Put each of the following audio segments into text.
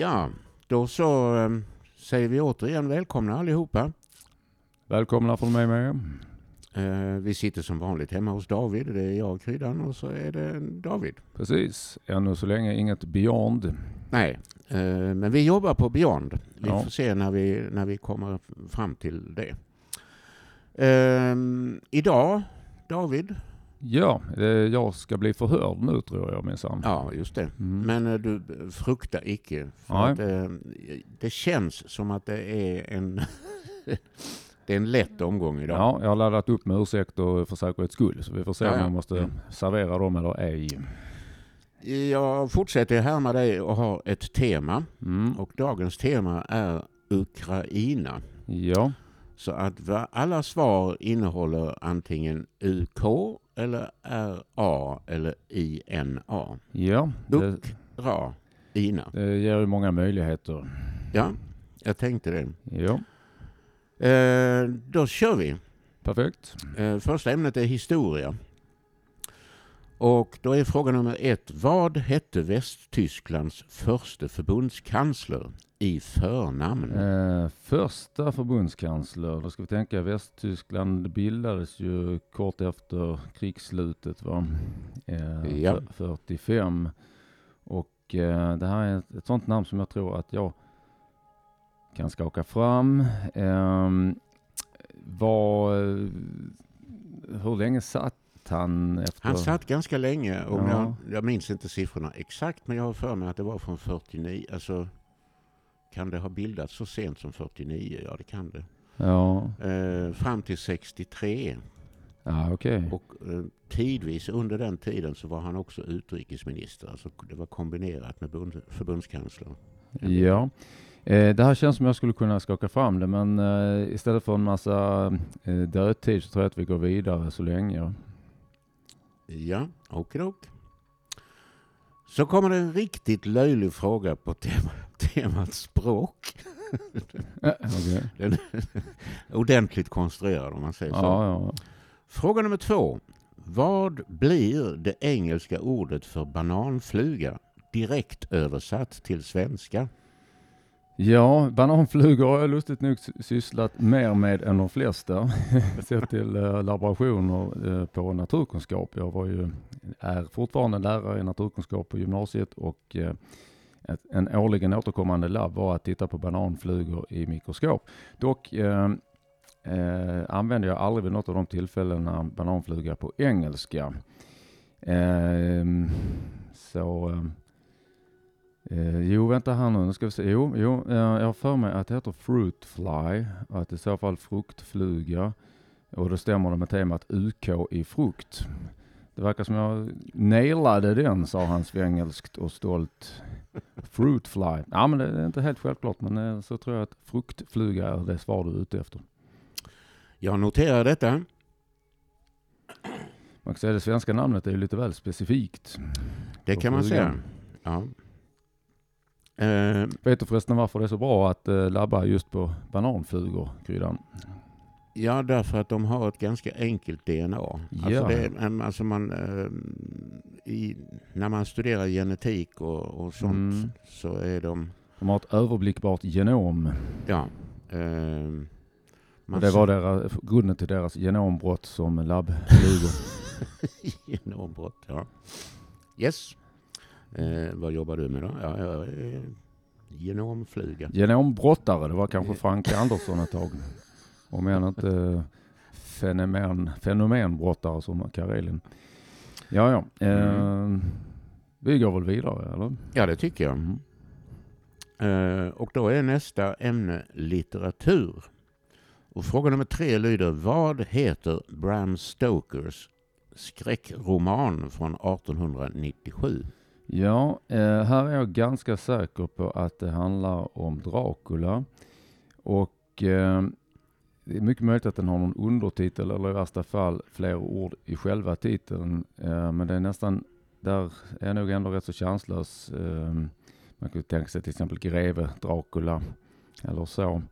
Ja, då så säger vi återigen välkomna allihopa. Välkomna från mig med. Vi sitter som vanligt hemma hos David. Det är jag, Kryddan, och så är det David. Precis, ännu så länge inget Beyond. Nej, men vi jobbar på Beyond. Vi Ja. får se när vi kommer fram till det. Idag, David. Ja, jag ska bli förhörd nu tror jag minsann. Ja, just det. Men du fruktar icke. För Nej. att, det känns som att det är en... Det är en lätt omgång idag. Ja, jag har laddat upp med ursäkter för säkerhets skull. Så vi får se om Ja. jag måste servera dem eller ej. Jag fortsätter härma dig och har ett tema. Och dagens tema är Ukraina. Ja. Så att alla svar innehåller antingen UK eller RA eller INA. Ja, Ukraina. det ger ju många möjligheter. Ja, jag tänkte det. Ja. Då kör vi. Perfekt. Första ämnet är historia. Och då är fråga nummer 1. Vad hette Västtysklands första förbundskansler i förnamn? Första förbundskansler, då ska vi tänka, Västtyskland bildades ju kort efter krigsslutet, va? 45. Och det här är ett sånt namn som jag tror att jag kan skaka fram. Hur länge satt han efter? Han satt ganska länge. Och jag minns inte siffrorna exakt, men jag har för mig att det var från 49. Alltså, kan det ha bildats så sent som 49? Ja, det kan det. Ja. Fram till 63. Ja, okej. Och tidvis under den tiden så var han också utrikesminister. Alltså det var kombinerat med förbundskansler. Ja. Det här känns som jag skulle kunna skaka fram det, men istället för en massa dödtid så tror jag att vi går vidare så länge. Ja, okej. Så kommer det en riktigt löjlig fråga på temat språk. Okay. Den är ordentligt konstruerad om man säger så. Ja. Fråga nummer 2. Vad blir det engelska ordet för bananfluga direkt översatt till svenska? Ja, bananflugor har jag lustigt nog sysslat mer med än de flesta. Sett till laborationer på naturkunskap. Jag är fortfarande lärare i naturkunskap på gymnasiet och en årligen återkommande labb var att titta på bananflugor i mikroskop. Dock använder jag aldrig vid något av de tillfällena bananfluga på engelska. Vänta här nu ska vi se. Jag har för mig att det heter fruit fly och att det i så fall fruktfluga. Och då stämmer det med temat UK i frukt. Det verkar som jag nailade den, sa han svengelskt och stolt. Fruit fly. Ja, men det är inte helt självklart, men så tror jag att fruktfluga är det svar du är ute efter. Jag noterar detta. Man kan säga att det svenska namnet är ju lite väl specifikt. Det kan man säga. Ja. Vet du förresten varför det är så bra att labba just på bananflugor, Kryddan? Ja, därför att de har ett ganska enkelt DNA. Ja. Alltså när man studerar genetik och sånt så är de... De har ett överblickbart genom. Ja. Och det var grunden till deras genombrott som labbflugor. Genombrott, ja. Yes. Vad jobbar du med då? Ja, genomfluga. Genombrottare, det var kanske Frank Andersson ett tag. Om jag inte fenomenbrottare som Karelin. Ja. Vi går väl vidare, eller? Ja, det tycker jag. Och då är nästa ämne litteratur. Och fråga nummer 3 lyder: vad heter Bram Stokers skräckroman från 1897? Ja, här är jag ganska säker på att det handlar om Dracula. Och det är mycket möjligt att den har någon undertitel eller i värsta fall fler ord i själva titeln. Men det är nästan, där är jag nog ändå rätt så chanslös. Man kan tänka sig till exempel greve Dracula eller så.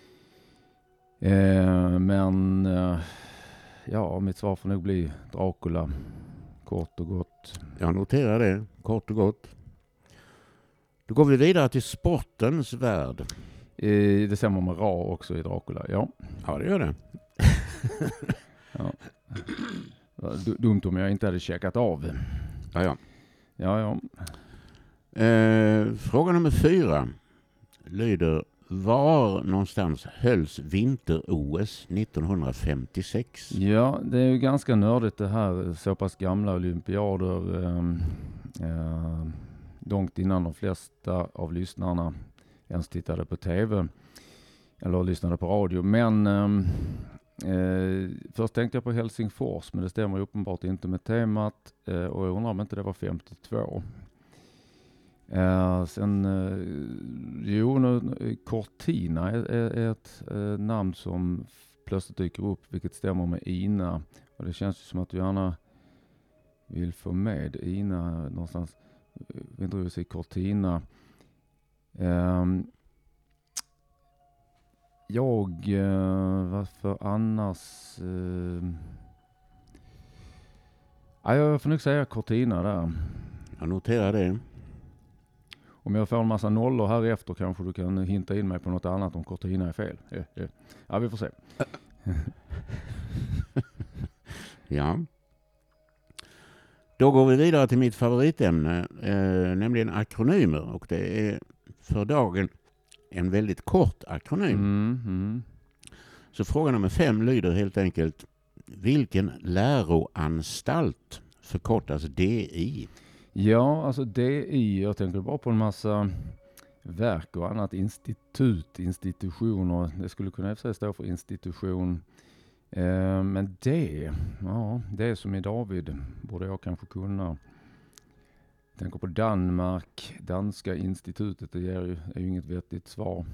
Mitt svar får nog bli Dracula, kort och gott. Jag noterar det, kort och gott. Då går vi vidare till sportens värld. Det stämmer med Ra också i Dracula, ja. Ja, det gör det. Ja. Dumt om jag inte hade checkat av. Ja. Ja. Fråga nummer 4 lyder: var någonstans hölls vinter-OS 1956? Ja, det är ju ganska nördigt det här. Så pass gamla olympiader. Långt innan de flesta av lyssnarna ens tittade på tv eller lyssnade på radio. Men först tänkte jag på Helsingfors, men det stämmer uppenbart inte med temat. Och jag undrar om inte det var 52. Cortina är ett namn som plötsligt dyker upp, vilket stämmer med Ina. Och det känns som att du gärna vill få med Ina någonstans. Jag vet inte hur jag säger Cortina. Varför annars? Jag får nog säga Cortina där. Jag noterar det. Om jag får en massa nollor här efter kanske du kan hinta in mig på något annat om Cortina är fel. Ja, vi får se. Ja. Då går vi vidare till mitt favoritämne, nämligen akronymer. Och det är för dagen en väldigt kort akronym. Så fråga nummer 5 lyder helt enkelt: vilken läroanstalt förkortas DI? Ja, alltså DI, jag tänker bara på en massa verk och annat, institutioner. Det skulle kunna stå för institution. Men det är som i David, borde jag kanske kunna. Jag tänker på Danmark, danska institutet, det är ju inget vettigt svar.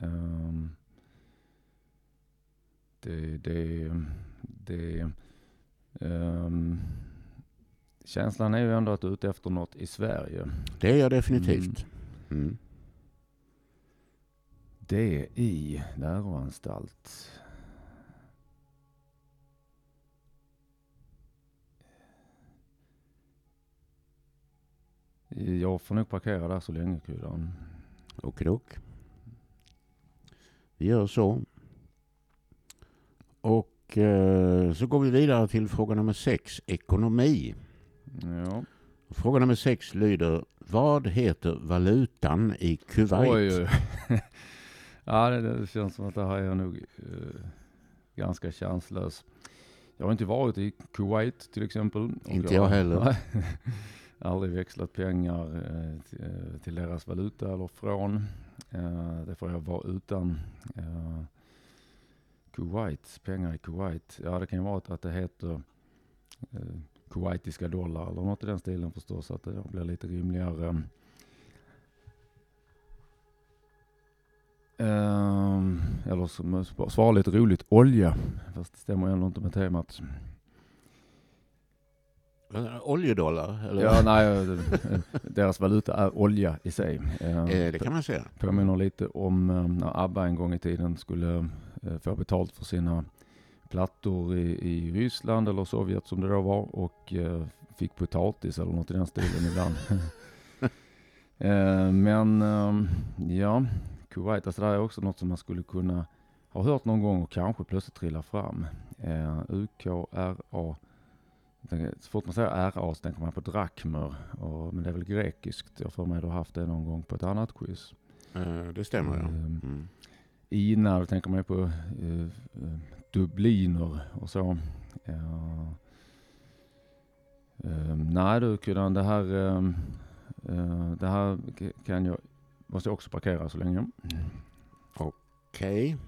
Känslan är ju ändå att du är ute efter något i Sverige. Det är jag definitivt. DI, läroanstalt. Jag får nog parkera där så länge, Kudan. Okej. Vi gör så. Och så går vi vidare till fråga nummer 6, ekonomi. Ja. Fråga nummer 6 lyder: vad heter valutan i Kuwait? Oj. Ja, det känns som att det här är nog ganska chanslös. Jag har inte varit i Kuwait till exempel. Inte jag heller. Aldrig växlat pengar till deras valuta eller från. Det får jag vara utan. Kuwait, pengar i Kuwait. Ja, det kan ju vara att det heter kuwaitiska dollar eller något i den stilen förstås, så att det blir lite rimligare. Eller som svar lite roligt, olja. Fast det stämmer ändå inte med temat. Oljedollar? Eller? Ja, nej, deras valuta är olja i sig. Det kan man säga. Påminner lite om när ABBA en gång i tiden skulle få betalt för sina plattor i Ryssland eller Sovjet som det då var, och fick potatis eller något i den stilen ibland. Ja, Kuwait, alltså det är också något som man skulle kunna ha hört någon gång och kanske plötsligt trilla fram. UKRA. Så fort man säger RA så tänker man på drakmer, men det är väl grekiskt. Jag får mig då haft det någon gång på ett annat quiz. Det stämmer, ja. Ina, då tänker man på dubliner och så. Nej du, Kudan, det här måste jag också parkera så länge. Okej.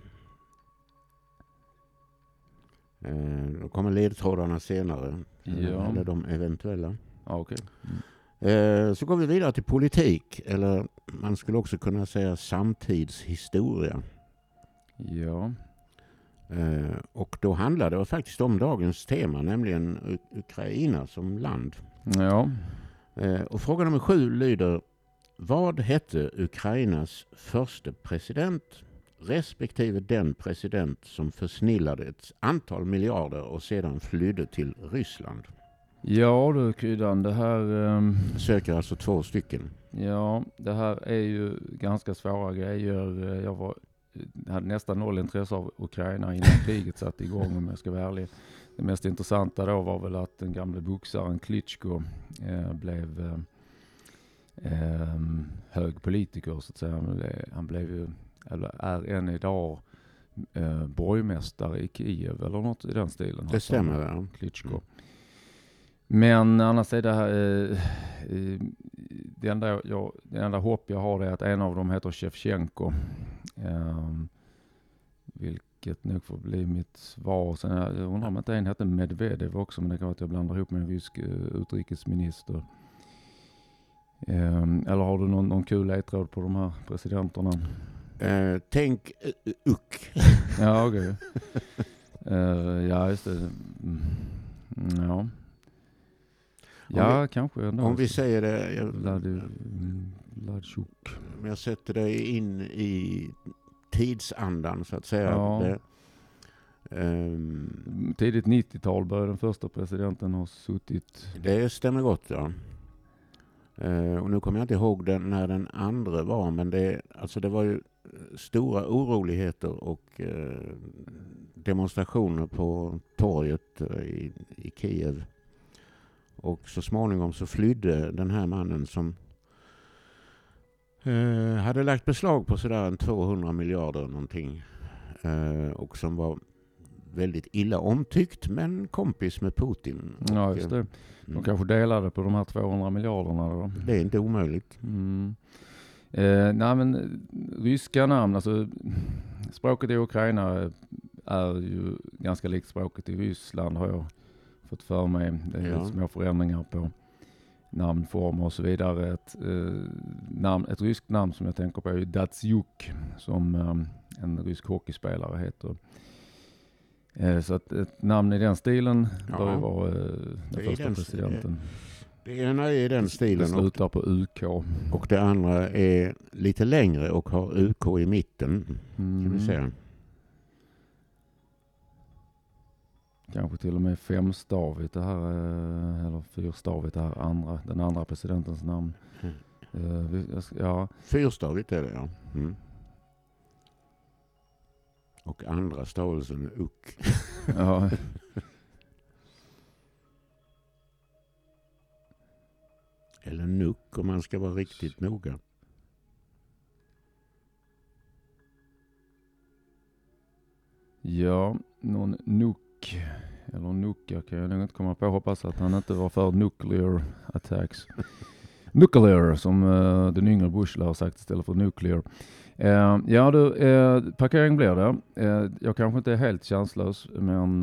Då kommer ledtrådarna senare. Ja. Eller de eventuella. Ja, okej. Så går vi vidare till politik. Eller man skulle också kunna säga samtidshistoria. Ja. Och då handlar det faktiskt om dagens tema, nämligen Ukraina som land. Ja. Och fråga nummer 7 lyder: vad hette Ukrainas första president respektive den president som försnillade ett antal miljarder och sedan flydde till Ryssland? Ja du Kryddan, det här... Söker alltså 2 stycken. Ja, det här är ju ganska svåra grejer. Jag hade nästan noll intresse av Ukraina innan kriget satt igång, om jag ska vara ärlig. Det mest intressanta då var väl att den gamla boxaren Klitschko blev hög politiker så att säga. Han blev ju, eller är än idag, borgmästare i Kiev eller något i den stilen. Det stämmer, ja. Klitschko. Mm. Men annars är det här, det enda hopp jag har är att en av dem heter Shevchenko. Vilket nog får bli mitt svar. Sen jag undrar om inte en heter Medvedev också, men det kan vara att jag blandar ihop med en rysk utrikesminister. Eller har du någon kul ledtråd på de här presidenterna? Tänk Uck. Ja, okej. Ja, just det. Ja. Ja, kanske. Om vi säger det... Ladjuk. Om jag sätter dig in i tidsandan så att säga. Ja. Tidigt 90-tal började den första presidenten ha suttit. Det stämmer gott, ja. Och nu kommer jag inte ihåg när den andra var, men det var ju stora oroligheter och demonstrationer på torget i Kiev. Och så småningom så flydde den här mannen som hade lagt beslag på sådär 200 miljarder någonting. Och som var väldigt illa omtyckt, men kompis med Putin. Ja, just det. De kanske delade på de här 200 miljarderna då. Det är inte omöjligt. Nej, men ryska namn, alltså språket i Ukraina är ju ganska likt språket i Ryssland, har jag fått för mig. Det är små förändringar på namnformer och så vidare. Ett ryskt namn som jag tänker på är Datsjuk, som en rysk hockeyspelare heter. Så att ett namn i den stilen bör ju vara den första presidenten. Det ena är i den stilen. Det slutar på UK. Och det andra är lite längre och har UK i mitten. Kan vi säga. Kanske till och med 5-stavigt det här, eller 4-stavigt det här den andra presidentens namn. Ja. 4-stavigt är det, ja. Och andra stavelsen är Uck. Ja. Eller Nuck om man ska vara riktigt noga. Ja, någon Nuck. Eller Nuka kan jag nog inte komma på. Hoppas att han inte var för nuclear attacks. Nuclear, som den yngre Bush har sagt istället för nuclear. Ja, parkering blir det. Jag kanske inte är helt chanslös, men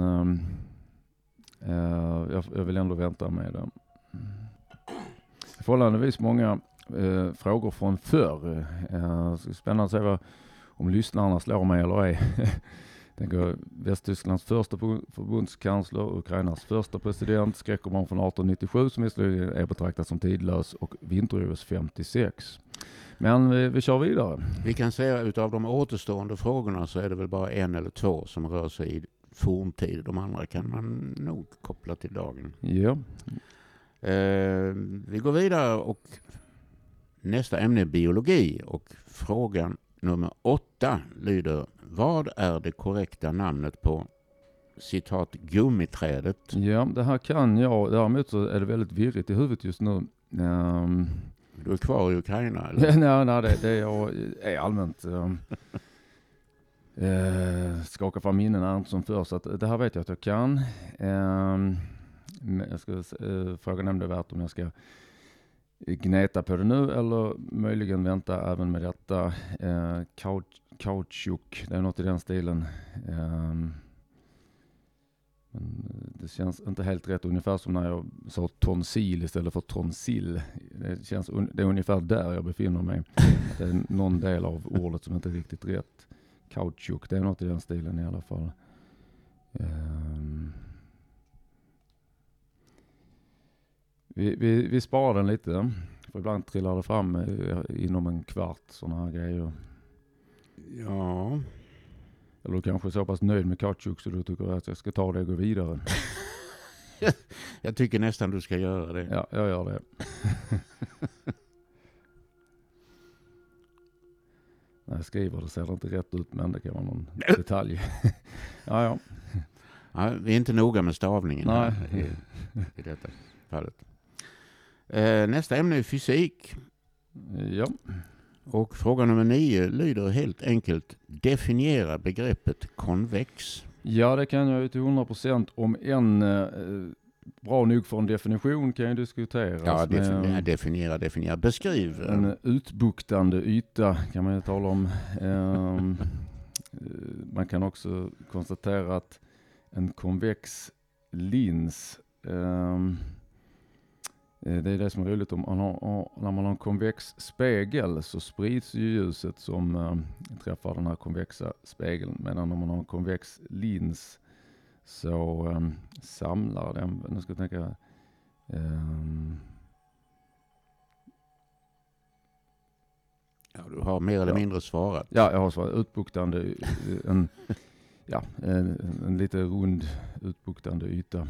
jag vill ändå vänta med det. Förhållandevis många frågor från förr. Spännande att se om lyssnarna slår mig eller ej. Tänker Västtysklands första förbundskansler, Ukrainas första president, skräckroman från 1897 som visserligen är betraktat som tidlös, och vinter-OS 56. Men vi kör vidare. Vi kan säga att utav de återstående frågorna så är det väl bara 1 eller 2 som rör sig i forntid. De andra kan man nog koppla till dagen. Ja. Vi går vidare och nästa ämne är biologi, och frågan nummer 8 lyder: vad är det korrekta namnet på citat gummiträdet? Ja, det här kan jag. Däremot så är det väldigt virrigt i huvudet just nu. Du är kvar i Ukraina, eller? Nej, det är allmänt skaka fram minnen är inte som förr, så att det här vet jag att jag kan. Jag ska fråga om det är värt om jag ska gneta på det nu eller möjligen vänta även med detta. Kautschuk, det är något i den stilen. Men det känns inte helt rätt, ungefär som när jag sa tonsil istället för tonsill. Det är ungefär där jag befinner mig. Det är någon del av ordet som inte är riktigt rätt. Kautschuk, det är något i den stilen i alla fall. Vi sparar den lite. För ibland trillar det fram inom en kvart sådana här grejer. Ja. Eller du kanske är så pass nöjd med kautschuk så du tycker att jag ska ta det och gå vidare. Jag tycker nästan du ska göra det. Ja, jag gör det. När jag skriver det ser det inte rätt ut, men det kan vara någon detalj. Ja. Ja, vi är inte noga med stavningen. Nej. I detta fallet. Nästa ämne är fysik. Ja. Och fråga nummer 9 lyder helt enkelt: definiera begreppet konvex. Ja, det kan jag ju till 100%. Om en bra nog för en definition kan ju diskuteras. Ja, definiera. Beskriv. En utbuktande yta kan man ju tala om. Man kan också konstatera att en konvex lins, det är det som är roligt, när man har en konvex spegel så sprids ju ljuset som träffar den här konvexa spegeln, medan om man har en konvex lins så samlar den, nu ska jag tänka, Ja, du har mer eller mindre svarat. Ja, jag har svarat. Utbuktande, en lite rund utbuktande yta.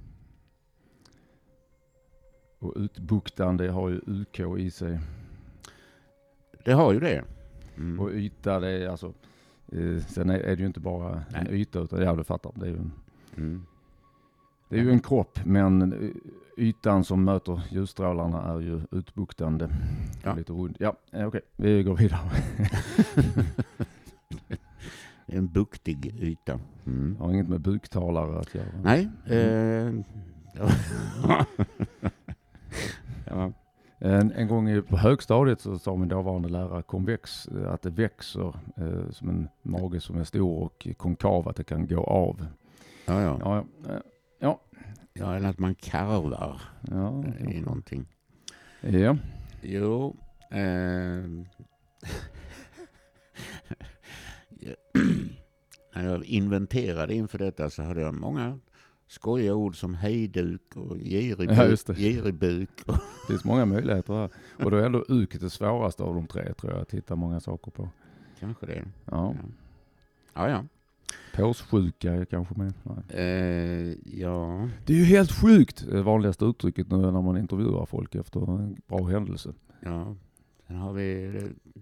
Och utbuktande har ju UK i sig. Det har ju det. Och yta, det är alltså, sen är det ju inte bara en yta, utan ja, du fattar. Det är ju det är ju en kropp, men ytan som möter ljusstrålarna är ju utbuktande. Ja. Lite rund. Ja, okej. Vi går vidare. En buktig yta. Har inget med buktalare att göra. Nej. Ja. En gång på högstadiet så sa min dåvarande lärare konvex, att det växer som en mage som är stor och konkav, att det kan gå av. Ja, Ja, eller att man karvar i någonting. Ja. Jo. När jag inventerade inför detta så hade jag många skojiga ord som hejduk och giribuk. Det finns många möjligheter här. Och då är ändå uk det svåraste av de tre, tror jag, att hitta många saker på. Kanske det. Ja. Ja. Påssjuka är kanske med. Ja. Det är ju helt sjukt, det vanligaste uttrycket nu när man intervjuar folk efter en bra händelse. Ja. Sen har vi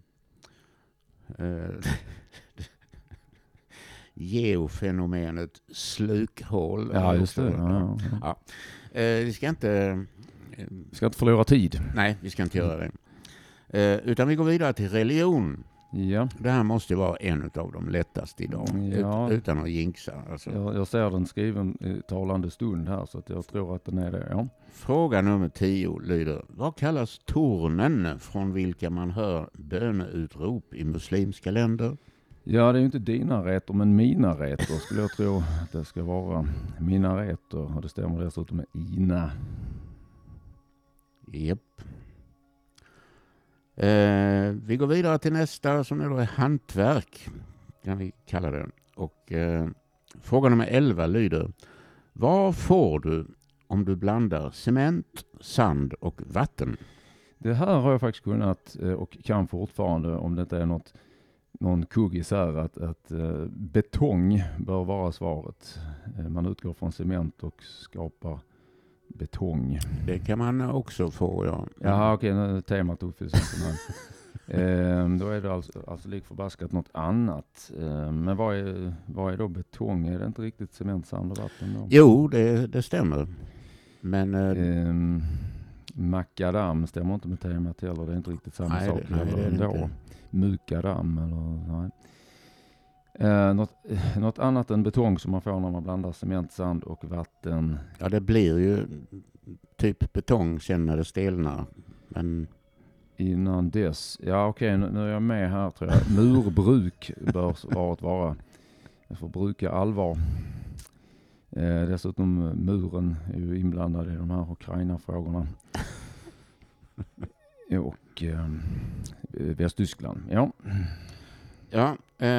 geofenomenet slukhål. Ja, just det. Ja. Vi ska inte förlora tid. Nej, vi ska inte göra det. Utan vi går vidare till religion. Ja. Det här måste vara en av de lättaste idag. Ja. Utan att jinxa. Alltså. Jag ser den skriven i talande stund här, så att jag tror att den är det. Ja. Fråga nummer 10 lyder: vad kallas tornen från vilka man hör böneutrop i muslimska länder? Ja, det är ju inte dinareter, men minareter skulle jag tro att det ska vara. Minareter, och det stämmer dessutom med ina. Japp. Vi går vidare till nästa, som är hantverk, kan vi kalla det. Och fråga nummer 11 lyder: vad får du om du blandar cement, sand och vatten? Det här har jag faktiskt kunnat och kan fortfarande, om det inte är någon kuggis här, att betong bör vara svaret. Man utgår från cement och skapar betong. Det kan man också få, ja. Jaha, okej, temat uppfylls inte. Då är det alltså lik förbaskat något annat. Men vad är då betong? Är det inte riktigt cement, sand och vatten då? Jo, det stämmer. Men makadam stämmer inte med temat heller. Det är inte riktigt samma sak. Nej, det är då. inte. Mukadam eller nej. Något annat än betong som man får när man blandar cement, sand och vatten. Ja, det blir ju typ betong sen när det stelnar. Men innan dess. Ja, okej, nu är jag med här, tror jag. Murbruk bör svaret vara. Jag får bruka allvar. Dessutom muren är ju inblandad i de här Ukraina-frågorna. Och Västtyskland. Ja. Ja,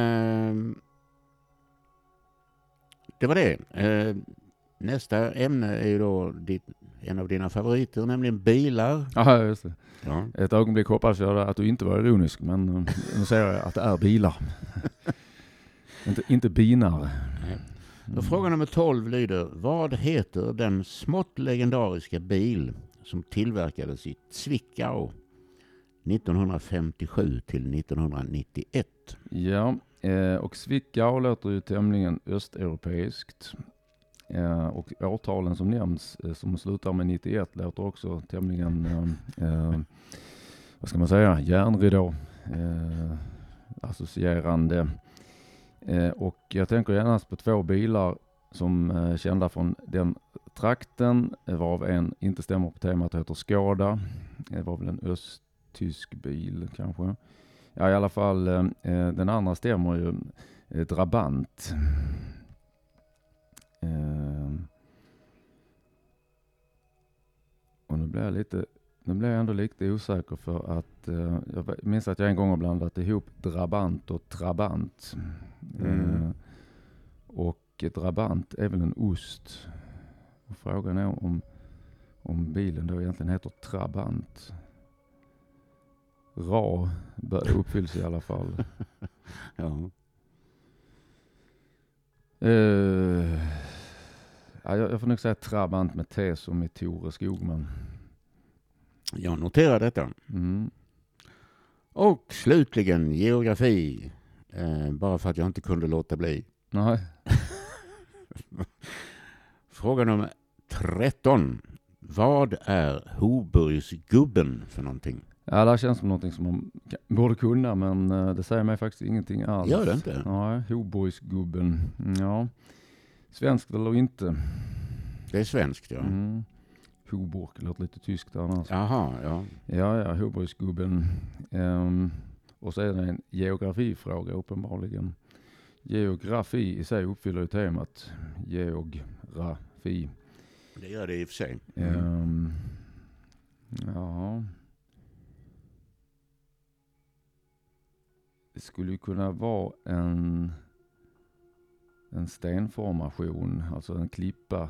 det var det. Nästa ämne är ju då en av dina favoriter, nämligen bilar. Ja, just det. Ja. Ett ögonblick hoppas jag att du inte var ironisk, men nu ser jag att det är bilar. inte binar. Och fråga nummer 12 lyder: vad heter den smått legendariska bil som tillverkades i Zwickau 1957 till 1991? Ja, och Zwickau låter ju tämligen östeuropeiskt. Och årtalen som nämns, som slutar med 91, låter också tämligen, vad ska man säga, järnridå associerande. Och jag tänker genast på 2 bilar som är kända från den trakten, varav en inte stämmer på temat, heter Skoda. Det var väl en östtysk bil kanske. Ja, i alla fall, den andra stämmer ju, Trabant. Och nu blir jag ändå lite osäker, för att jag minns att jag en gång har blandat ihop Trabant och Trabant. Och Trabant är väl en ost. Och frågan är om bilen då egentligen heter Trabant. Uppfylls i alla fall. Ja. Jag får nog säga Trabant med T som i Tore Skogman. Jag noterar detta. Och slutligen geografi. Bara för att jag inte kunde låta bli. Nej. Fråga nummer 13. Vad är Hoburgsgubben för någonting? Ja, det känns som någonting som man borde kunna, men det säger mig faktiskt ingenting alls. Gör det inte? Nej, Hoburgsgubben. Ja. Svenskt eller inte? Det är svenskt, ja. Hoburg låter lite tyskt annars. Jaha, ja. Ja, Hoburgsgubben. Och så är det en geografifråga uppenbarligen. Geografi i sig uppfyller ju temat. Geografi. Det gör det i och för sig. Ja. Det skulle ju kunna vara en stenformation, alltså en klippa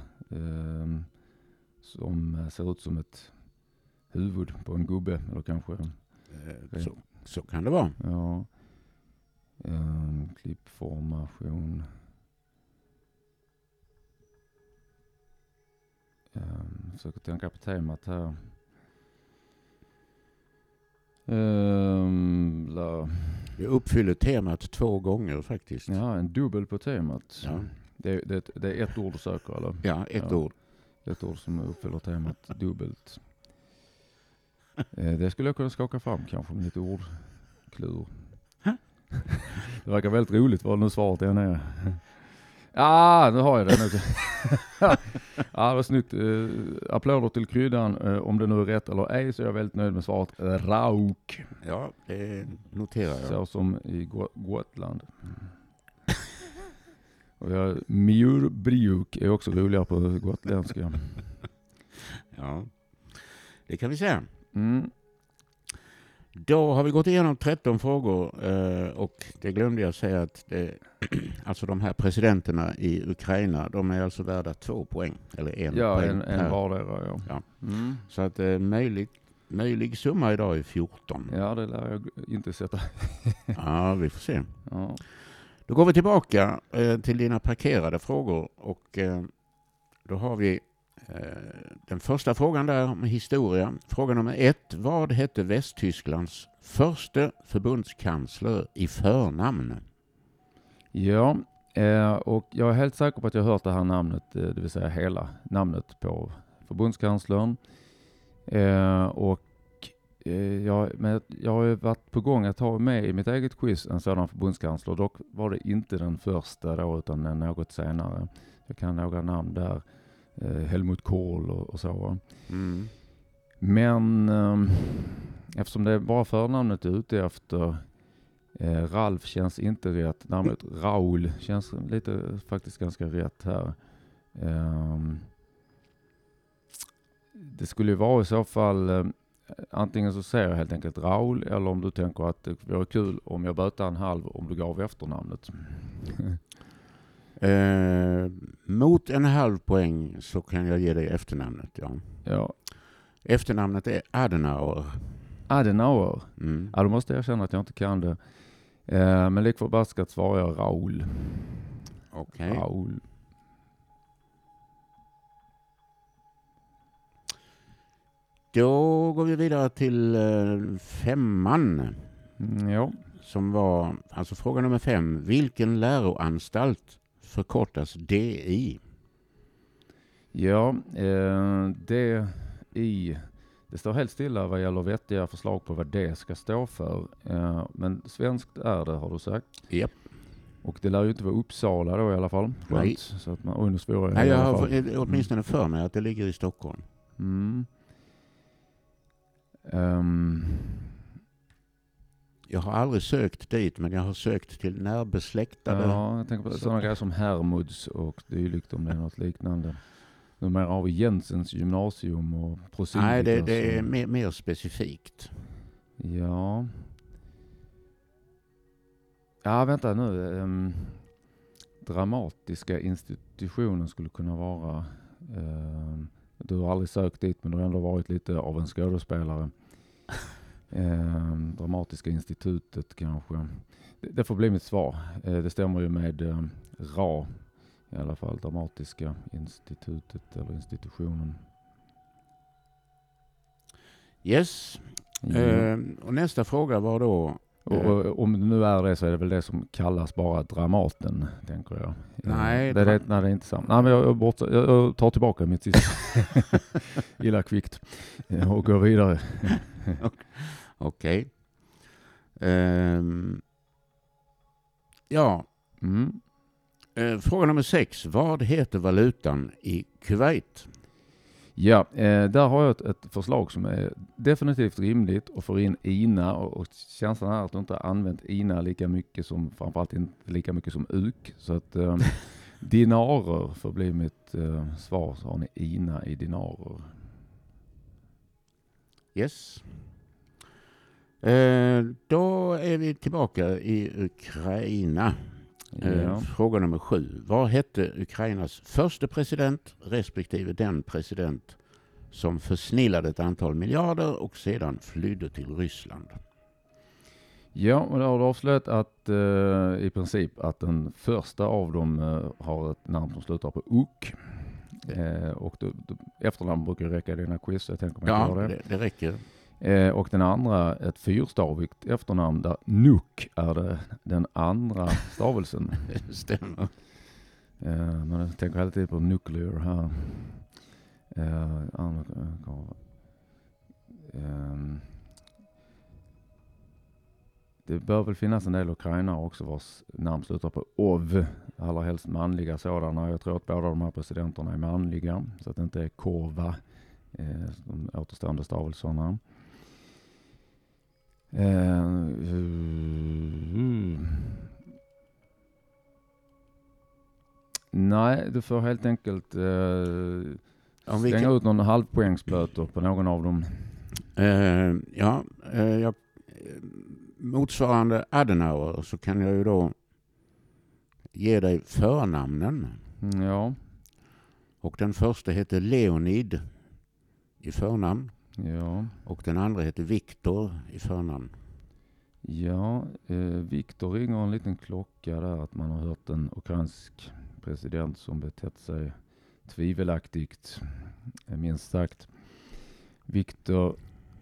som ser ut som ett huvud på en gubbe, eller kanske så kan det vara. Ja. Klippformation. Försöker tänka på temat här. Vi uppfyller temat 2 gånger faktiskt. Ja, en dubbel på temat. Ja. Det är ett ord du söker, eller? Ja, ett ord. Ett ord som uppfyller temat dubbelt. Det skulle jag kunna skaka fram kanske med lite ordklur. Det verkar väldigt roligt vad nu svaret är nere. Nu har jag det nu. Ja, det var snyggt. Applåder till kryddan. Om det nu är rätt eller ej så är jag väldigt nöjd med svaret. Rauk. Ja, det noterar jag. Så som i Gotland. Och mjurbruk är också roligare på gotländska. Ja, det kan vi säga. Då har vi gått igenom 13 frågor och det glömde jag säga att alltså de här presidenterna i Ukraina, de är alltså värda 2 poäng. Eller 1 poäng. En vardera, ja. Så att möjlig summa idag är 14. Ja, det lär jag inte sätta. Ja, vi får se. Ja. Då går vi tillbaka till dina parkerade frågor och då har vi den första frågan där med historia. Fråga nummer 1. Vad hette Västtysklands första förbundskansler i förnamn? Ja, och jag är helt säker på att jag har hört det här namnet, det vill säga hela namnet på förbundskanslern. Jag har varit på gång att ha med i mitt eget quiz en sådan förbundskansler. Dock var det inte den första då, utan något senare. Jag kan några namn där. Helmut Kohl och så. Men eftersom det är bara förnamnet ute efter, Ralf känns inte rätt. Namnet Raul känns faktiskt ganska rätt här. Det skulle ju vara i så fall antingen så säger jag helt enkelt Raul, eller om du tänker att det vore kul om jag bötar en halv om du gav efternamnet. Mot en halv poäng så kan jag ge dig efternamnet. Ja. Efternamnet är Adenauer. Adenauer? Ja, då måste jag erkänna att jag inte kan det. Men likförbaskat svarar jag Raul. Okej. Raul. Då går vi vidare till 5:an. Ja. Som var, alltså fråga nummer 5. Vilken läroanstalt förkortas DI? Ja, det står helt stilla vad gäller vettiga förslag på vad det ska stå för. Men svenskt är det, har du sagt. Japp. Och det lär ju inte vara Uppsala då i alla fall. Nej. Så att man, nu svår jag. Nej, jag har åtminstone för mig att det ligger i Stockholm. Jag har aldrig sökt dit, men jag har sökt till närbesläktade. Ja, jag tänker på sådana grejer som Hermods och dylikt, om det är något liknande. Numera har vi Jensens gymnasium och Prosilvicus. Nej, det är mer specifikt. Ja. Ja, vänta nu. Dramatiska institutionen skulle kunna vara... du har aldrig sökt dit, men du har ändå varit lite av en skådespelare. Dramatiska institutet kanske. Det får bli mitt svar. Det stämmer ju med RA i alla fall. Dramatiska institutet eller institutionen. Yes. Och nästa fråga var då... Och om det nu är det, så är det väl det som kallas bara Dramaten, tänker jag. Nej, det är inte sant. Nej, men jag tar tillbaka mitt sista illa kvickt och går vidare. Okej. Ja. Fråga nummer 6. Vad heter valutan i Kuwait? Ja, där har jag ett förslag som är definitivt rimligt och får in INA och känslan är att du inte har använt INA lika mycket som, framförallt inte lika mycket som UK. Så att dinarer får bli mitt svar, så har ni INA i dinarer. Yes. Då är vi tillbaka i Ukraina. Fråga nummer 7. Vad hette Ukrainas första president respektive den president som försnillade ett antal miljarder och sedan flydde till Ryssland? Ja, och där har du avslöjat att i princip att den första av dem har ett namn som slutar på UK. Och efternamn brukar räcka i dina quiz. Jag tänker det räcker. Och den andra, ett fyrstavigt efternamn där Nuk är den andra stavelsen. Stämmer. Men jag tänker hela tiden på nuclear här. Det bör väl finnas en del ukrainare också vars namn slutar på ov. Allra helst manliga sådana. Jag tror att båda de här presidenterna är manliga. Så att det inte är kova. De återstående stavelserna. Nej, du får helt enkelt slänga ut någon halvpoängsböter på någon av dem. Motsvarande Adenauer så kan jag ju då ge dig förnamnen. Ja. Och den första heter Leonid i förnamn. Ja. Och den andra heter Viktor i förnamn. Ja, Viktor ringer en liten klocka där att man har hört en ukrainsk president som betett sig tvivelaktigt, minst sagt. Viktor...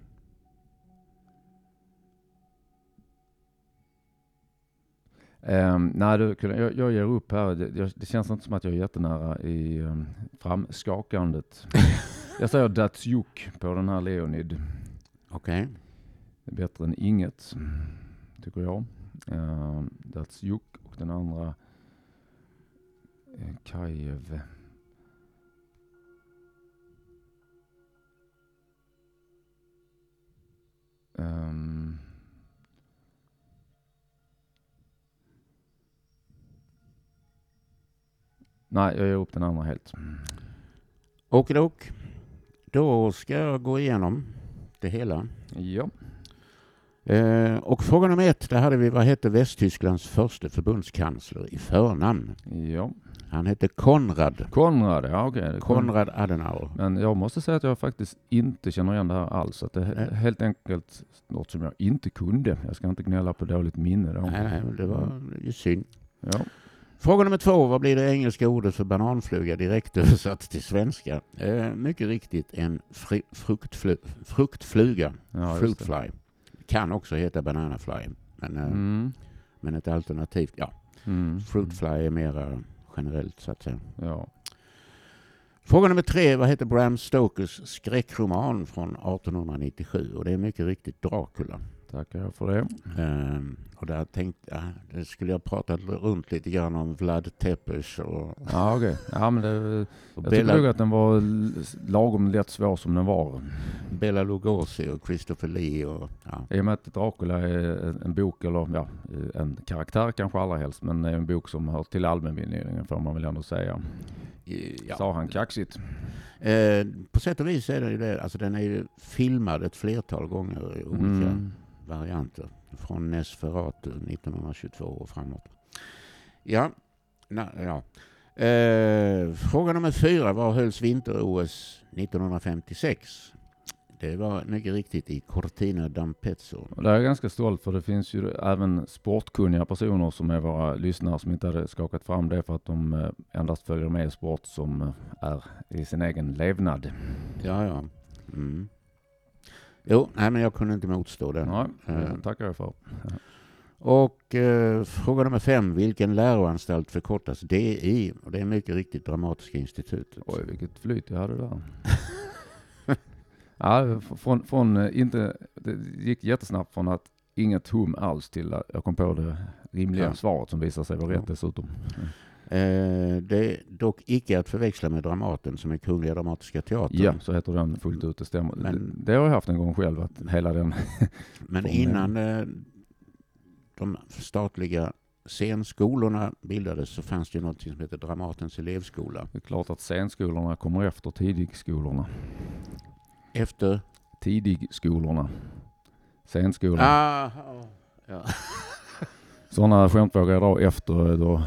jag ger upp här. Det känns inte som att jag är jättenära i framskakandet. Jag säger Datsjuk på den här Leonid. Okej. Det är bättre än inget, tycker jag. Datsjuk och den andra Kajev. Nej, jag ger upp den andra helt. Okej. Då ska jag gå igenom det hela. Ja. Och fråga nummer 1, där hade vi, vad hette Västtysklands första förbundskansler i förnamn? Ja. Han hette Konrad. Ja okej. Konrad Adenauer. Men jag måste säga att jag faktiskt inte känner igen det här alls. Att det är helt enkelt något som jag inte kunde. Jag ska inte gnälla på dåligt minne då. Nej, men det var ju synd. Ja. Fråga nummer 2. Vad blir det engelska ordet för bananfluga direkt översatt till svenska? Mycket riktigt en fruktfluga. Ja, Fruitfly. Kan också heta bananafly. Men ett alternativt, fruitfly är mer generellt så att säga. Ja. Fråga nummer 3. Vad heter Bram Stokers skräckroman från 1897? Och det är mycket riktigt Dracula. Tackar jag för det. Och där tänkte jag, det skulle jag prata runt lite grann om Vlad Tepes och... Ja, okej. Ja, men jag tycker nog att den var lagom lätt svår som den var. Bela Lugosi och Christopher Lee och... Ja. I och med att Dracula är en bok, eller en karaktär kanske allra helst, men är en bok som hör till allmänbildningen får man väl ändå säga. Ja. Sa han kaxigt. På sätt och vis är det ju det. Alltså den är ju filmad ett flertal gånger i olika varianter. Från Nesferatu 1922 och framåt. Fråga nummer 4. Var hölls vinter-OS 1956? Det var mycket riktigt i Cortina d'Ampezzo. Och det är jag ganska stolt för det finns ju även sportkunniga personer som är våra lyssnare som inte hade skakat fram det för att de endast följer med sport som är i sin egen levnad. Ja. Jo, nej, men jag kunde inte motstå den. Ja, tackar jag för. Och fråga nummer 5. Vilken läroanstalt förkortas DI? Och det är mycket riktigt Dramatiska institutet. Oj, vilket flyt jag hade där. Ja, det gick jättesnabbt från att inget hum alls till att jag kom på det rimliga svaret som visar sig vara rätt dessutom. Det är dock icke att förväxla med Dramaten som är Kungliga Dramatiska Teatern. Ja, så heter den fullt ut, det stämmer. Men, det har jag haft en gång själv, att hela den... Men innan de statliga scenskolorna bildades så fanns det något som heter Dramatens elevskola. Det är klart att scenskolorna kommer efter tidigskolorna. Efter? Tidigskolorna. Scenskolorna. Ja. Sådana skämt vågar jag dra efter då.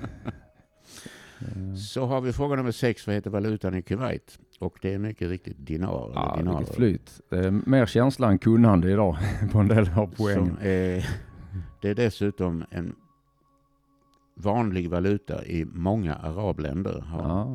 Så har vi fråga nummer 6. Vad heter valutan i Kuwait? Och det är mycket riktigt dinar. Ja, vilket flyt. Det är mer känsla än kunnande idag på en del av poängen. Det är dessutom en vanlig valuta i många arabländer.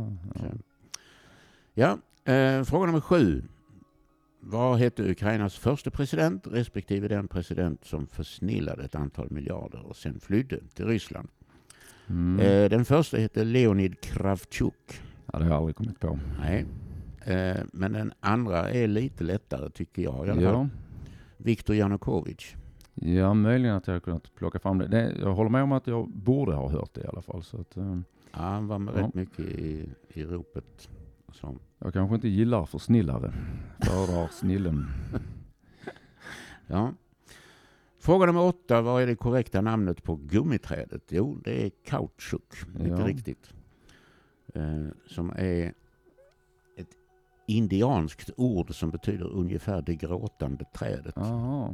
Fråga nummer 7. Vad hette Ukrainas första president respektive den president som försnillade ett antal miljarder och sen flydde till Ryssland? Den första heter Leonid Kravchuk. Ja, det har jag aldrig kommit på. Nej. Men den andra är lite lättare tycker jag i alla fall. Viktor Yanukovych. Ja, möjligen att jag har kunnat plocka fram det. Jag håller med om att jag borde ha hört det i alla fall. Så att, han var med rätt mycket i ropet. Så. Jag kanske inte gillar försnillare. Föredrar snillen. Ja. Fråga nummer 8. Vad är det korrekta namnet på gummiträdet? Jo, det är kautschuk. Mycket riktigt. Som är ett indianskt ord som betyder ungefär det gråtande trädet. Jaha.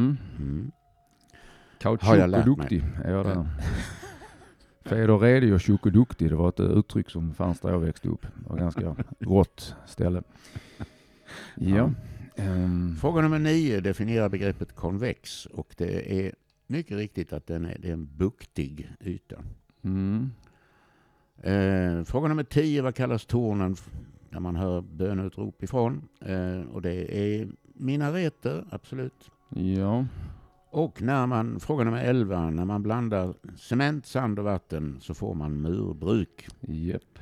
Har jag lärt mig. Kautschuk är jag där. Feder redig och tjock-duktig, det var ett uttryck som fanns där jag växte upp. Det var ganska rått ställe. Ja. Fråga nummer 9 definierar begreppet konvex och det är mycket riktigt att det är en buktig yta. Fråga nummer 10. Vad kallas tornen när man hör bönutrop ifrån? Och det är minareter, absolut. Ja. Och fråga nummer 11, när man blandar cement, sand och vatten så får man murbruk. Japp.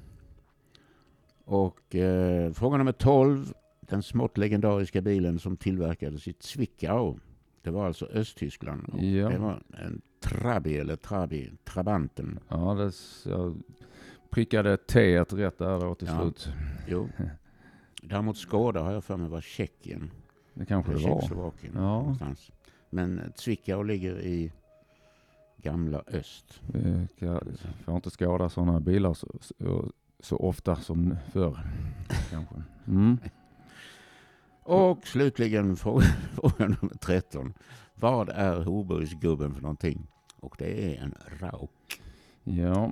Och fråga nummer 12, den smått legendariska bilen som tillverkades i Zwickau. Det var alltså Östtyskland. Och det var en Trabanten. Ja, jag prickade T rätt där då till slut. Jo. Däremot Skoda har jag för mig var Tjeckien. Det kanske det var. Tjeckoslovakien någonstans. Men Zwickau ligger i gamla öst. Jag får inte skada sådana bilar så ofta som förr. Kanske. Och slutligen fråga nummer 13. Vad är Hoburgsgubben för någonting? Och det är en rauk. Ja.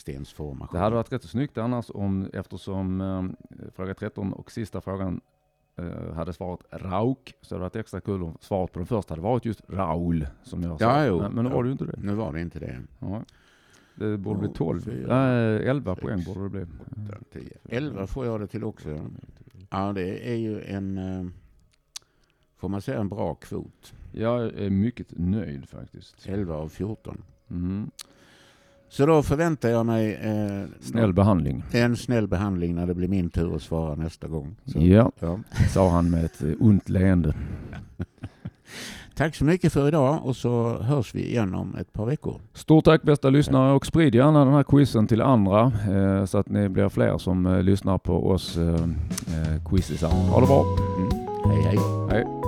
Kalkstensformation. Det hade varit rätt snyggt annars eftersom fråga 13 och sista frågan hade svarat Rauk, så det hade varit extra kul om svaret på den första hade varit just Raul som jag sa. Ja, jo. Men nu var det ju inte det. Nu var det inte det. Ja. Det borde bli 12. 11 poäng borde det bli. 10. 11 får jag det till också. Ja, det är ju en, får man säga, en bra kvot. Jag är mycket nöjd faktiskt. 11 av 14. Mm. Så då förväntar jag mig Snäll behandling. en snäll behandling när det blir min tur att svara nästa gång. Så, Ja, sa han med ett ont leende. Tack så mycket för idag och så hörs vi igen om ett par veckor. Stort tack bästa lyssnare och sprid gärna den här quizen till andra så att ni blir fler som lyssnar på oss quizisar. Ha det bra. Hej hej. Hej.